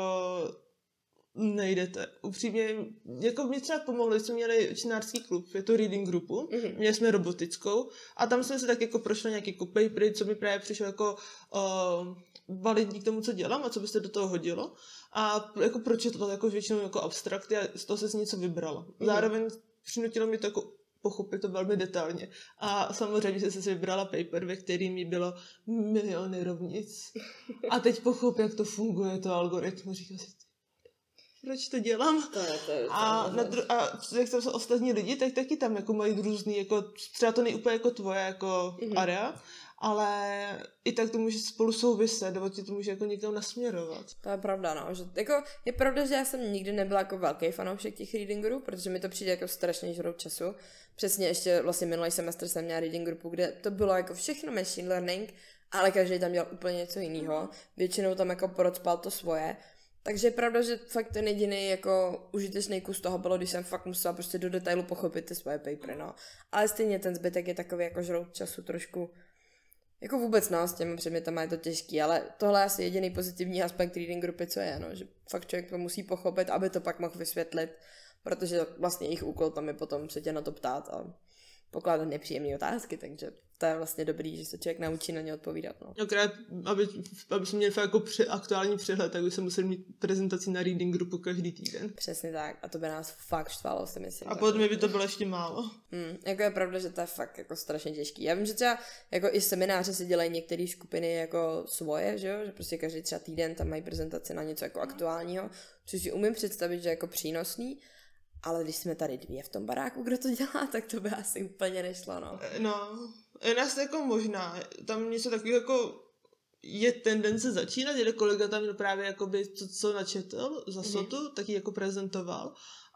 [SPEAKER 1] nejdete. Upřímně, jako mě třeba pomohlo, když jsme měli čtenářský klub, je to reading grupu, měli jsme robotickou a tam jsme se tak jako prošli nějaký jako papery, co mi právě přišlo jako validní k tomu, co dělám a co byste do toho hodilo. A jako pročetla jako většinou jako abstrakty a z toho se něco vybrala. Zároveň přinutilo mi to jako pochopit to velmi detailně. A samozřejmě jsem si vybrala paper, ve kterým mi bylo miliony rovnic. A teď pochop, jak to funguje, to algoritmus. Říkám si, proč to dělám? A jak jsem se ostatní lidi, tak taky tam jako mají různý, jako třeba to nejúplně jako tvoje jako area, ale i tak to může spolu souviset, nebo ti to může jako někam nasměrovat.
[SPEAKER 2] To je pravda, no. Že, jako, je pravda, že já jsem nikdy nebyla jako velký fanoušek těch reading group, protože mi to přijde jako strašně žrout času. Přesně ještě vlastně minulý semestr jsem měla reading groupu, kde to bylo jako všechno machine learning, ale každý tam dělal úplně něco jiného. Většinou tam jako procpal to svoje. Takže je pravda, že fakt ten jediný jako užitečný kus toho bylo, když jsem fakt musela prostě do detailu pochopit ty svoje papery, no. Ale stejně ten zbytek je takový jako žrout času trošku. Jako vůbec no, s těmi předmětama je to těžký, ale tohle je asi jediný pozitivní aspekt reading grupy, co je, no, že fakt člověk to musí pochopit, aby to pak mohl vysvětlit, protože vlastně jejich úkol tam je potom se tě na to ptát a pokládat nepříjemné otázky, takže to je vlastně dobrý, že se člověk naučí na ně odpovídat. No.
[SPEAKER 1] Akorát, aby jsme měli fakt jako aktuální přehled, tak by se museli mít prezentaci na reading grupu každý týden.
[SPEAKER 2] Přesně tak, a to by nás fakt štvalo, si myslím.
[SPEAKER 1] A potom by to bylo ještě málo.
[SPEAKER 2] Jako je pravda, že to je fakt jako strašně těžký. Já vím, že třeba jako i semináře si dělají některé skupiny jako svoje, že jo? Že prostě každý třeba týden tam mají prezentaci na něco jako aktuálního, což si umím představit, že jako přínosný. Ale když jsme tady dvě v tom baráku, kdo to dělá, tak to by asi úplně nešlo, no.
[SPEAKER 1] No, je nás jako možná, tam něco takového jako je tendence začínat, jeden kolega tam měl právě jakoby to, co načetl za sotu, tak ji jako prezentoval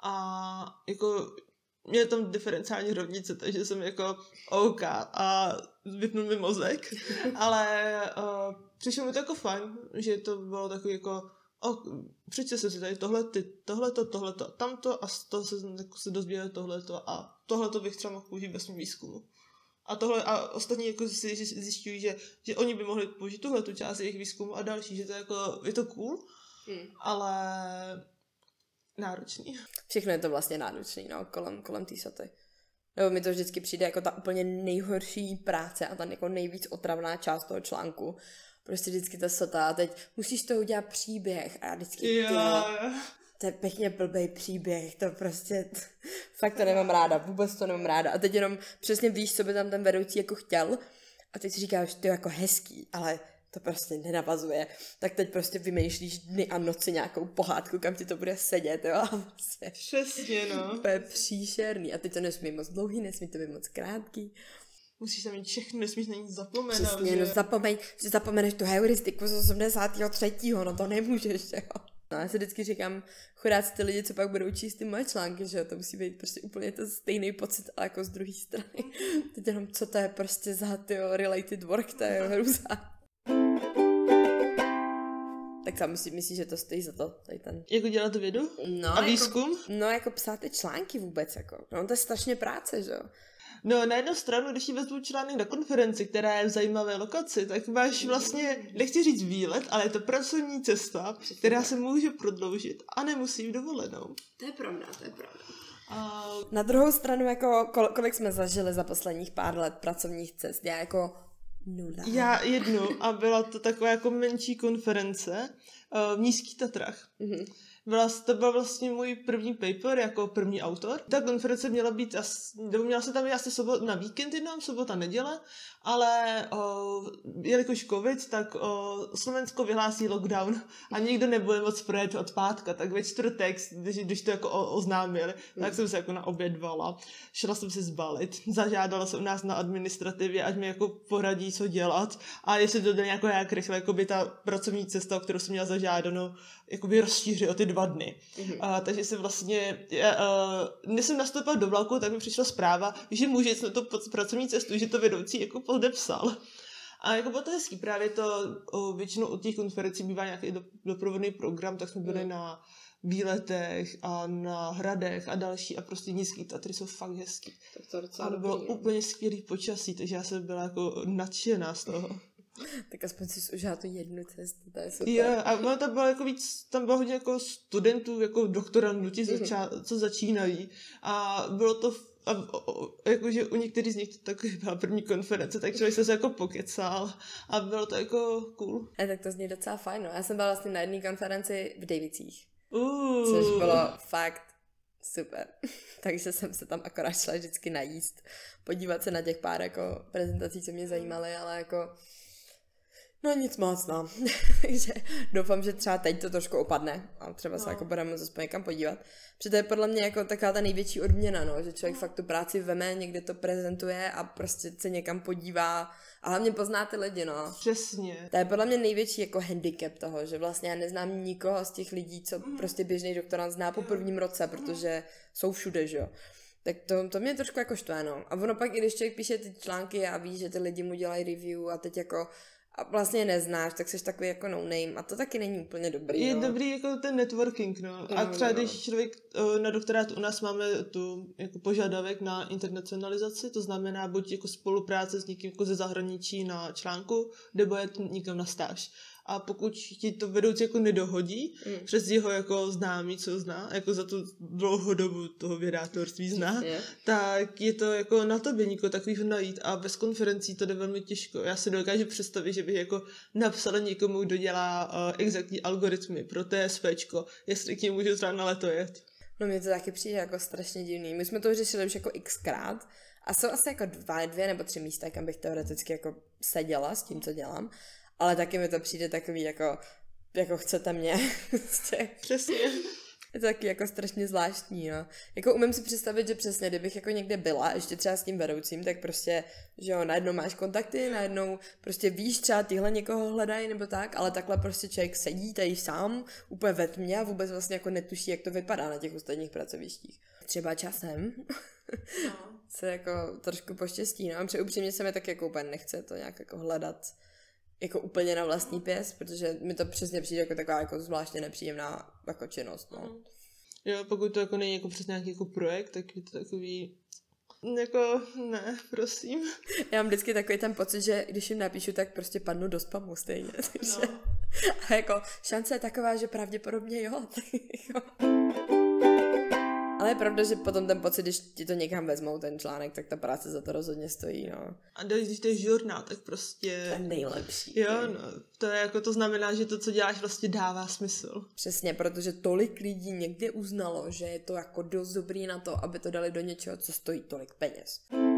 [SPEAKER 1] a jako měl tam diferenciální rovnice, takže jsem jako OK a vypnul mi mozek, ale přišlo mi to jako fajn, že to bylo takový jako přečte si tady tohleto, tamto a z toho se dozvědět tohleto a tohleto bych třeba mohl použít ve svém výzkumu. A ostatní jako si zjišťují, že oni by mohli použít tuhletu část jejich výzkumu a další, že to je to cool, ale náročný.
[SPEAKER 2] Všechno je to vlastně náročný, no, kolem té soty. Nebo mi to vždycky přijde jako ta úplně nejhorší práce a ta jako nejvíc otravná část toho článku. Prostě vždycky ta sota a teď musíš to udělat příběh a já vždycky to je pěkně blbej příběh, to prostě fakt to nemám ráda, vůbec to nemám ráda a teď jenom přesně víš, co by tam ten vedoucí jako chtěl a teď si říkáš, to je jako hezký, ale to prostě nenavazuje, tak teď prostě vymýšlíš dny a noci nějakou pohádku, kam ti to bude sedět, jo, a prostě
[SPEAKER 1] přesně, no.
[SPEAKER 2] To je příšerný a teď to nesmí moc dlouhý, nesmí to být moc krátký.
[SPEAKER 1] Musíš tam mít všechno, nesmíš na nic zapomenout.
[SPEAKER 2] Přesně,
[SPEAKER 1] že?
[SPEAKER 2] no zapomeneš tu heuristiku z 83. No to nemůžeš, jo. No já si vždycky říkám, chudáci ty lidi, co pak budou číst ty moje články, že jo, to musí být prostě úplně to stejný pocit, ale jako z druhé strany. Teď jenom, co to je prostě za related work, to je hrůza. Tak sám myslíš, že to stojí za to, tady ten.
[SPEAKER 1] Jako dělat vědu?
[SPEAKER 2] No,
[SPEAKER 1] a výzkum?
[SPEAKER 2] Jako psát ty články vůbec, jako. No to je strašně práce, že jo.
[SPEAKER 1] No, na jednu stranu, když jí vezmu článek na konferenci, která je v zajímavé lokaci, tak máš vlastně, nechci říct výlet, ale je to pracovní cesta, která se může prodloužit a nemusí jít dovolenou.
[SPEAKER 2] To je pravda.
[SPEAKER 1] A...
[SPEAKER 2] Na druhou stranu, jako kolik jsme zažili za posledních pár let pracovních cest, já jako 0.
[SPEAKER 1] Já jednu a byla to taková jako menší konference v Nízkých Tatrách. To byl vlastně můj první paper jako první autor. Ta konference měla být, měla se tam asi na víkend jenom, sobota, neděle, ale jelikož covid, tak Slovensko vyhlásí lockdown a nikdo nebude moc projet od pátka, tak ve čtvrtek, když to jako oznámili, tak jsem se jako naobědvala, šla jsem se zbalit, zažádala se u nás na administrativě, ať mi jako poradí, co dělat a jestli to jde nějak rychle, jako by ta pracovní cesta, o kterou jsem měla zažádanou, jakoby rozšířit o ty 2 dny. Takže jsem vlastně, než jsem nastoupila do vlaku, tak mi přišla zpráva, že může jít na tu pracovní cestu, že to vedoucí jako podepsal. A jako bylo to hezký, právě to většinou od těch konferencí bývá nějaký doprovodný program, tak jsme byli na výletech a na hradech a další a prostě Nízký Tatry jsou fakt hezký.
[SPEAKER 2] Tak to docela
[SPEAKER 1] dobrý, bylo úplně skvělý počasí, takže já jsem byla jako nadšená z toho.
[SPEAKER 2] Tak aspoň si užila tu jednu cestu, to je super.
[SPEAKER 1] Jo, a tam bylo jako víc, tam bylo hodně jako studentů, jako doktorandů, co začínají. A bylo to, jakože u některých z nich to takový byla první konference, tak člověk se jako pokecal a bylo to jako cool.
[SPEAKER 2] Tak to zní docela fajn, no. Já jsem byla vlastně na jedné konferenci v Davicích, což bylo fakt super. Takže jsem se tam akorát šla vždycky najíst, podívat se na těch pár jako prezentací, co mě zajímaly, ale jako no nic moc, no. Takže doufám, že třeba teď to trošku opadne a třeba se jako budeme zase někam podívat. Protože to je podle mě jako taková ta největší odměna, no, že člověk fakt tu práci veme, někde to prezentuje a prostě se někam podívá a hlavně pozná ty lidi, no.
[SPEAKER 1] Přesně.
[SPEAKER 2] To je podle mě největší jako handicap toho, že vlastně já neznám nikoho z těch lidí, co prostě běžný doktorant zná po prvním roce, protože jsou všude, že jo. Tak to mě trošku jako štve, no. A ono pak, i když člověk píše ty články a ví, že ty lidi mu dělají review a teď jako a vlastně neznáš, tak jsi takový jako no name a to taky není úplně dobrý.
[SPEAKER 1] Je dobrý jako ten networking, no. A třeba když člověk na doktorát u nás máme tu jako požadavek na internacionalizaci, to znamená buď jako spolupráce s někým jako ze zahraničí na článku, nebo jet někam na stáž. A pokud ti to vedoucí jako nedohodí, přes jeho jako známý, co zná, jako za tu dlouhou dobu toho vědátorství zná, tak je to jako na tobě někoho takovýho najít a bez konferencí to jde velmi těžko. Já si dokážu představit, že bych jako napsala někomu, kdo dělá exaktní algoritmy pro TSPčko, jestli k němu můžu třeba na leto jet.
[SPEAKER 2] No mně to taky přijde jako strašně divný. My jsme to řešili už jako xkrát a jsou asi jako 2 nebo 3 místa, kam bych teoreticky jako seděla s tím, co dělám. Ale taky mi to přijde takový jako chcete mě.
[SPEAKER 1] Přesně.
[SPEAKER 2] Je to taky jako strašně zvláštní, no. Jako umím si představit, že přesně, kdybych jako někde byla, ještě třeba s tím vedoucím, tak prostě, že jo, najednou máš kontakty, najednou prostě víš, třeba tyhle někoho hledají nebo tak, ale takhle prostě člověk sedí tady sám, úplně ve tmě a vůbec vlastně jako netuší, jak to vypadá na těch ostatních pracovištích. Třeba časem se jako trošku poštěstí, no. A upřímně se mi tak jako úplně nechce to nějak jako hledat jako úplně na vlastní pěst, protože mi to přesně přijde jako taková jako zvláštně nepříjemná jako činnost, no.
[SPEAKER 1] Jo, pokud to jako není jako přes nějaký jako projekt, tak je to takový jako ne, prosím.
[SPEAKER 2] Já mám vždycky takový ten pocit, že když jim napíšu, tak prostě padnu do spamu stejně, takže
[SPEAKER 1] No.
[SPEAKER 2] a jako šance je taková, že pravděpodobně jo, tak jako. Ale je pravda, že potom ten pocit, když ti to někam vezmou, ten článek, tak ta práce za to rozhodně stojí, no.
[SPEAKER 1] A když to je žurnál, tak prostě...
[SPEAKER 2] To je nejlepší.
[SPEAKER 1] Jo, no, to je jako, to znamená, že to, co děláš, vlastně dává smysl.
[SPEAKER 2] Přesně, protože tolik lidí někde uznalo, že je to jako dost dobrý na to, aby to dali do něčeho, co stojí tolik peněz.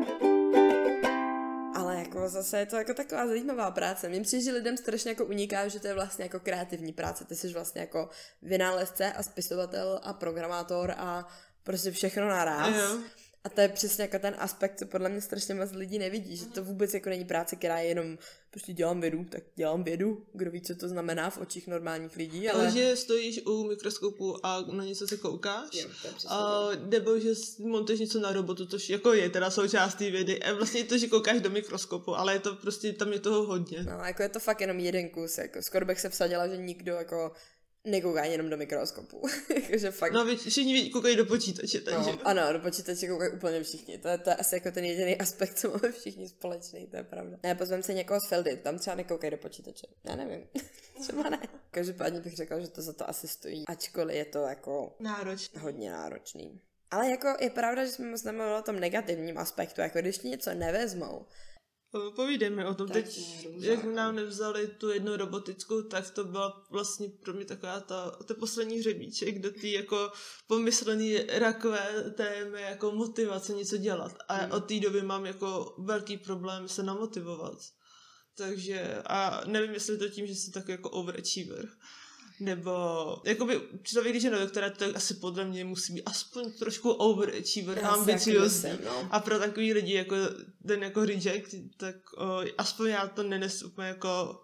[SPEAKER 2] Ale jako zase je to jako taková zajímavá práce. Mně přijde, že lidem strašně jako uniká, že to je vlastně jako kreativní práce. Ty jsi vlastně jako vynálezce a spisovatel a programátor a prostě všechno naraz.
[SPEAKER 1] Jo.
[SPEAKER 2] A to je přesně jako ten aspekt, co podle mě strašně moc lidí nevidí, že to vůbec jako není práce, která je jenom prostě dělám vědu, tak dělám vědu. Kdo ví, co to znamená v očích normálních lidí, ale...
[SPEAKER 1] Ale že stojíš u mikroskopu a na něco se koukáš,
[SPEAKER 2] Jo, to je přesně
[SPEAKER 1] nebo že montuješ něco na robotu, což jako je teda součást té vědy. A vlastně to, že koukáš do mikroskopu, ale je to prostě, tam je toho hodně.
[SPEAKER 2] No, jako je to fakt jenom jeden kus, jako skoro bych se vsadila, že nikdo jako nekouká jenom do mikroskopu. Jakože fakt...
[SPEAKER 1] No, všichni koukají do počítače, takže...
[SPEAKER 2] No, ano, do počítače koukají úplně všichni. To je asi jako ten jediný aspekt, co máme všichni společný, to je pravda. Ne, pozvem se někoho z Feldy, tam třeba nekoukají do počítače. Já nevím, třeba ne. Každopádně bych řekla, že to za to asi stojí, ačkoliv je to jako
[SPEAKER 1] Náročný.
[SPEAKER 2] hodně náročný. Ale jako je pravda, že jsme moc nemluvili o tom negativním aspektu, jako když ti něco nevezmou.
[SPEAKER 1] Povídejme o tom.
[SPEAKER 2] Tak
[SPEAKER 1] Teď,
[SPEAKER 2] to je
[SPEAKER 1] jak nám nevzali tu jednu robotickou, tak to byla vlastně pro mě taková ta poslední hřebíček do té jako pomyslený rakové témy, jako motivace něco dělat. A od té doby mám jako velký problém se namotivovat. Takže, a nevím, jestli to tím, že jsem takový jako overachiever. Nebo, jakoby člověk, když je na doktora, tak asi podle mě musí být aspoň trošku overachiever, ambiciozní.
[SPEAKER 2] No.
[SPEAKER 1] A pro takový lidi, jako ten jako reject, tak aspoň já to nenesu úplně jako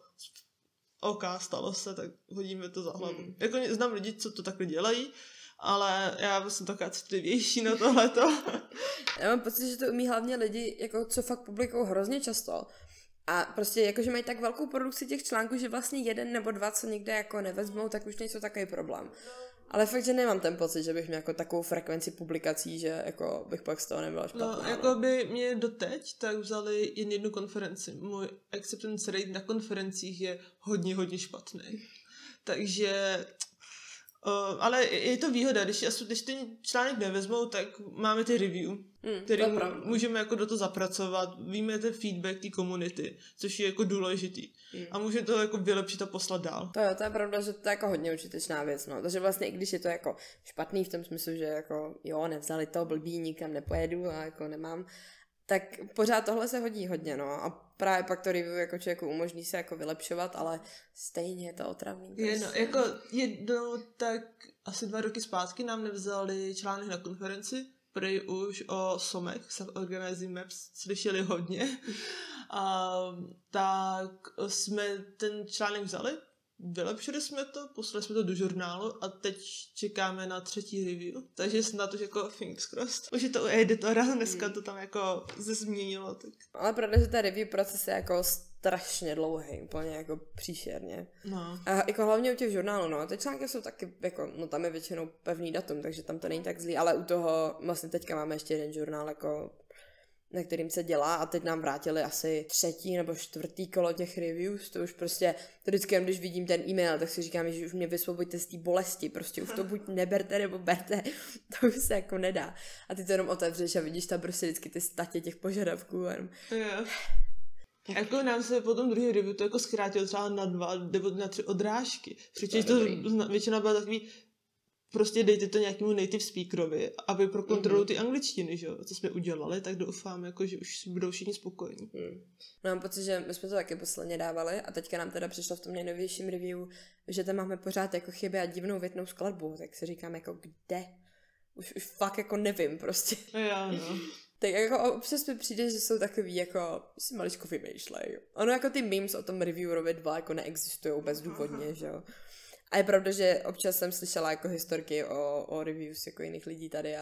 [SPEAKER 1] OK, stalo se, tak hodíme to za hlavu. Jako znám lidi, co to takhle dělají, ale já jsem taková citlivější na tohleto.
[SPEAKER 2] Já mám pocit, že to umí hlavně lidi, jako co fakt publikují hrozně často. A prostě jakože mají tak velkou produkci těch článků, že vlastně jeden nebo dva, co někde jako nevezmou, tak už nejsou takový problém. Ale fakt, že nemám ten pocit, že bych měl jako takovou frekvenci publikací, že jako bych pak z toho nebyla špatná.
[SPEAKER 1] No, jako by mě doteď tak vzali jen jednu konferenci. Můj acceptance rate na konferencích je hodně špatný. Takže ale je to výhoda, když ten článek nevezmou, tak máme ty review, který můžeme jako do toho zapracovat, víme ten feedback té komunity, což je jako důležitý. A můžeme to jako vylepšit a poslat dál.
[SPEAKER 2] To je pravda, že to je jako hodně užitečná věc, no. Takže vlastně i když je to jako špatný v tom smyslu, že jako jo, nevzali to, blbý, nikam nepojedu a jako nemám, tak pořád tohle se hodí hodně, no. A právě pak to review jako člověku umožní se jako vylepšovat, ale stejně je to otravný.
[SPEAKER 1] Jako jednou tak asi 2 roky zpátky nám nevzali článek na konferenci, prej už o SOMech, Self-Organizing Maps, slyšeli hodně. Tak jsme ten článek vzali, vylepšili jsme to, poslali jsme to do žurnálu a teď čekáme na 3. review, takže snad už jako fingers crossed. Už je to u editora, dneska to tam jako změnilo. Tak.
[SPEAKER 2] Ale pravda, že ta review proces je jako strašně dlouhý, úplně jako příšerně.
[SPEAKER 1] No.
[SPEAKER 2] A jako hlavně u těch žurnálů, no. Ty články jsou taky, jako, no tam je většinou pevný datum, takže tam to není tak zlý, ale u toho vlastně teďka máme ještě jeden žurnál, jako na kterým se dělá a teď nám vrátili asi 3. nebo 4. kolo těch reviews, to už prostě, to vždycky jen když vidím ten e-mail, tak si říkám, že už mě vysvobojte z té bolesti, prostě už to buď neberte nebo berte, to už se jako nedá. A ty to jenom otevřeš a vidíš tam prostě vždycky ty statě těch požadavků a jenom...
[SPEAKER 1] Jo. Jako nám se po tom druhém review to jako zkrátilo třeba na 2 nebo na 3 odrážky, přičemž to většina byla takový, prostě dejte to nějakému native speakerovi, aby pro kontrolu ty angličtiny, že jo, co jsme udělali, tak doufám, jako, že už budou všichni spokojení.
[SPEAKER 2] No, mám pocit, že my jsme to taky posledně dávali a teďka nám teda přišlo v tom nejnovějším review, že tam máme pořád jako chyby a divnou větnou skladbu, tak si říkám jako kde? Už fakt jako nevím prostě.
[SPEAKER 1] Já, no.
[SPEAKER 2] Tak jako občas mi přijde, že jsou takový jako, si maličko vymýšlej. Ono jako ty memes o tom reviewerovi 2 jako neexistují bezdůvodně, že jo. A je pravda, že občas jsem slyšela jako historky o reviews jako jiných lidí tady a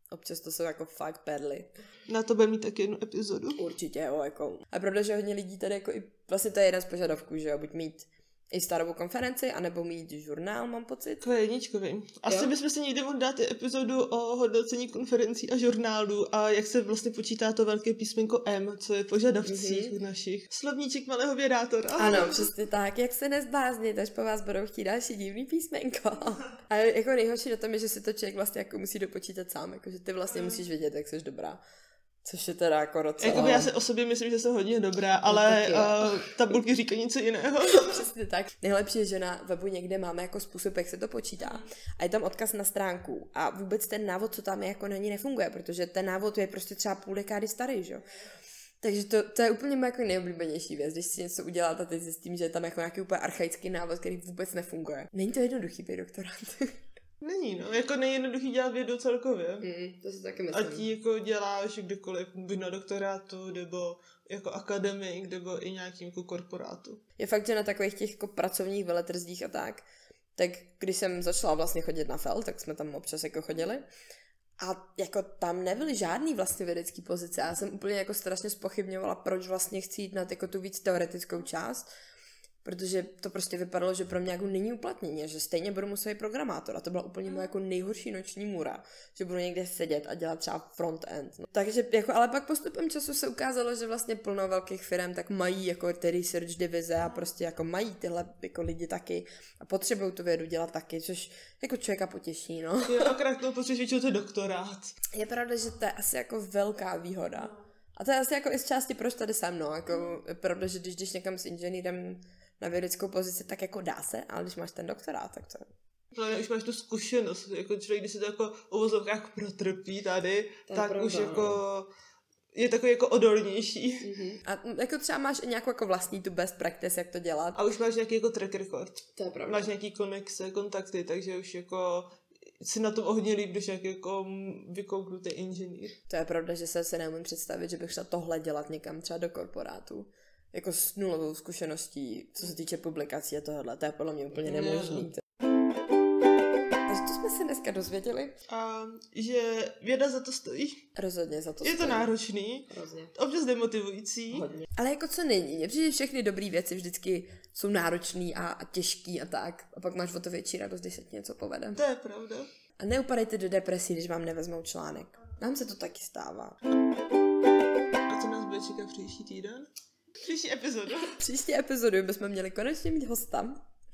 [SPEAKER 2] Občas to jsou jako fakt perly.
[SPEAKER 1] Na to bude mít tak jednu epizodu.
[SPEAKER 2] Určitě, jo, jako. A pravda, že hodně lidí tady jako i, vlastně to je jeden z požadavků, že jo, buď mít i starovou konferenci, anebo mít žurnál, mám pocit.
[SPEAKER 1] To je jedničkový. Asi bychom si někdy mohli dát i epizodu o hodnocení konferencí a žurnálů a jak se vlastně počítá to velké písmenko M, co je v požadavcích našich. Slovníček malého vědátora.
[SPEAKER 2] Ano, přesně tak. Jak se nezbláznit, až po vás budou chtít další divný písmenko. A jako nejhorší na tom je, že si to člověk vlastně jako musí dopočítat sám, jako že ty vlastně musíš vědět, jak jsi dobrá. Což je teda jako docela...
[SPEAKER 1] Jakoby já si o sobě myslím, že jsem hodně dobrá, ale tabulky říkají něco jiného.
[SPEAKER 2] Přesně tak. Nejlepší je, že na webu někde máme jako způsob, jak se to počítá. A je tam odkaz na stránku. A vůbec ten návod, co tam je, jako na ní nefunguje, protože ten návod je prostě třeba půl dekády starý, že jo. Takže to je úplně moje jako nejoblíbenější věc, když si něco uděláte a teď s tím, že je tam jako nějaký úplně archaický návod, který vůbec nefunguje. Není to jednoduchý být doktorant.
[SPEAKER 1] Není, no. Jako nejjednoduchý dělat vědu celkově.
[SPEAKER 2] To si taky myslím.
[SPEAKER 1] Ať jako děláš kdekoliv, buď na doktorátu, nebo jako akademik, nebo i nějakým jako korporátu.
[SPEAKER 2] Je fakt, že na takových těch jako pracovních veletrzích a tak když jsem začala vlastně chodit na FEL, tak jsme tam občas jako chodili. A jako tam nebyly žádný vlastně vědecký pozice. Já jsem úplně jako strašně zpochybňovala, proč vlastně chci jít na jako tu víc teoretickou část, protože to prostě vypadalo, že pro mě jako není uplatnění, že stejně budu muset být programátor a to byla úplně moje jako nejhorší noční můra, že budu někde sedět a dělat třeba front-end. No. Takže jako, ale pak postupem času se ukázalo, že vlastně plno velkých firm tak mají jako ty research divize a prostě jako mají tyhle jako lidi taky a potřebují tu vědu dělat taky, což jako člověka potěší, no.
[SPEAKER 1] Jo, akorát to potřebuješ většinou to doktorát.
[SPEAKER 2] Je pravda, že to je asi jako velká výhoda. A to je asi jako i z části proč tady jsem, no. Jako je pravda, že když jdeš někam s inženýrem na vědeckou pozici, tak jako dá se, ale když máš ten doktorát, tak to...
[SPEAKER 1] Hlavně už máš tu zkušenost, jako člověk, když se to jako o vozovkách protrpí tady, tak
[SPEAKER 2] pravda,
[SPEAKER 1] už jako je takový jako odolnější.
[SPEAKER 2] A jako třeba máš i nějakou jako vlastní tu best practice, jak to dělat.
[SPEAKER 1] A už máš nějaký jako track record.
[SPEAKER 2] To je pravda.
[SPEAKER 1] Máš nějaký konexe, kontakty, takže už jako si na tom o hodně líp, když jako vykouknutý inženýr.
[SPEAKER 2] To je pravda, že se neumím představit, že bych šla tohle dělat někam třeba do korporátu. Jako s nulovou zkušeností, co se týče publikací a tohle. To je podle mě úplně nemožný. Takže to jsme se dneska dozvěděli.
[SPEAKER 1] A že věda za to stojí.
[SPEAKER 2] Rozhodně za to
[SPEAKER 1] stojí. Je to náročný.
[SPEAKER 2] Hrozně.
[SPEAKER 1] Občas demotivující.
[SPEAKER 2] Hodně. Ale jako co není. Mně přijde, všechny dobré věci vždycky jsou náročný a těžký a tak. A pak máš o to větší radost, když se ti něco povede.
[SPEAKER 1] To je pravda.
[SPEAKER 2] A neupadejte do depresí, když vám nevezmou článek. Nám se to taky stává.
[SPEAKER 1] A co nás bude čekat příští týden? Příští epizodu.
[SPEAKER 2] Příští epizodu bychom měli konečně mít hosta.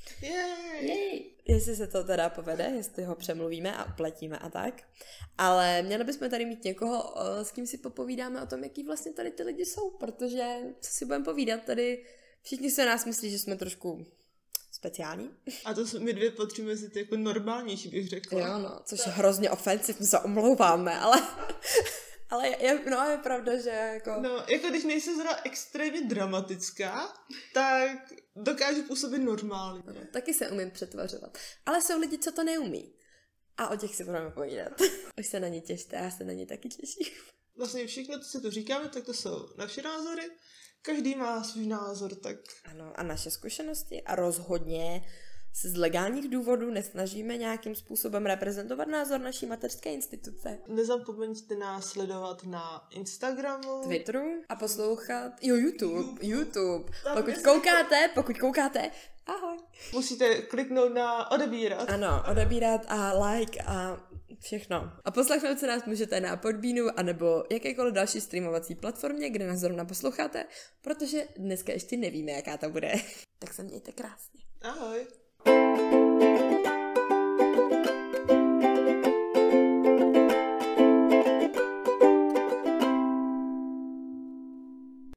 [SPEAKER 1] Jej.
[SPEAKER 2] Jestli se to teda povede, jestli ho přemluvíme a upletíme a tak. Ale měli bychom tady mít někoho, s kým si popovídáme o tom, jaký vlastně tady ty lidi jsou, protože co si budeme povídat, tady všichni se nás myslí, že jsme trošku speciální.
[SPEAKER 1] A to my dvě potřebujeme si jako normálnější, bych řekla.
[SPEAKER 2] Jo, no, což je hrozně ofensiv, my se omlouváme, ale... Ale je pravda, že jako...
[SPEAKER 1] No, jako když nejsi zrovna extrémně dramatická, tak dokáže působit normálně.
[SPEAKER 2] No, taky se umím přetvařovat. Ale jsou lidi, co to neumí. A o těch si budeme povídat. Už se na ně těšte, já se na ně taky těším.
[SPEAKER 1] Vlastně všechno, co si tu říkáme, tak to jsou naše názory. Každý má svůj názor, tak...
[SPEAKER 2] Ano, a naše zkušenosti a rozhodně se z legálních důvodů nesnažíme nějakým způsobem reprezentovat názor naší mateřské instituce.
[SPEAKER 1] Nezapomeňte nás sledovat na Instagramu,
[SPEAKER 2] Twitteru a poslouchat... Jo, YouTube. Pokud koukáte, ahoj.
[SPEAKER 1] Musíte kliknout na odebírat.
[SPEAKER 2] Ano, odebírat a like a všechno. A poslechnout se nás můžete na Podbeanu anebo jakékoliv další streamovací platformě, kde nás zrovna posloucháte, protože dneska ještě nevíme, jaká to bude. Tak se mějte krásně.
[SPEAKER 1] Ahoj.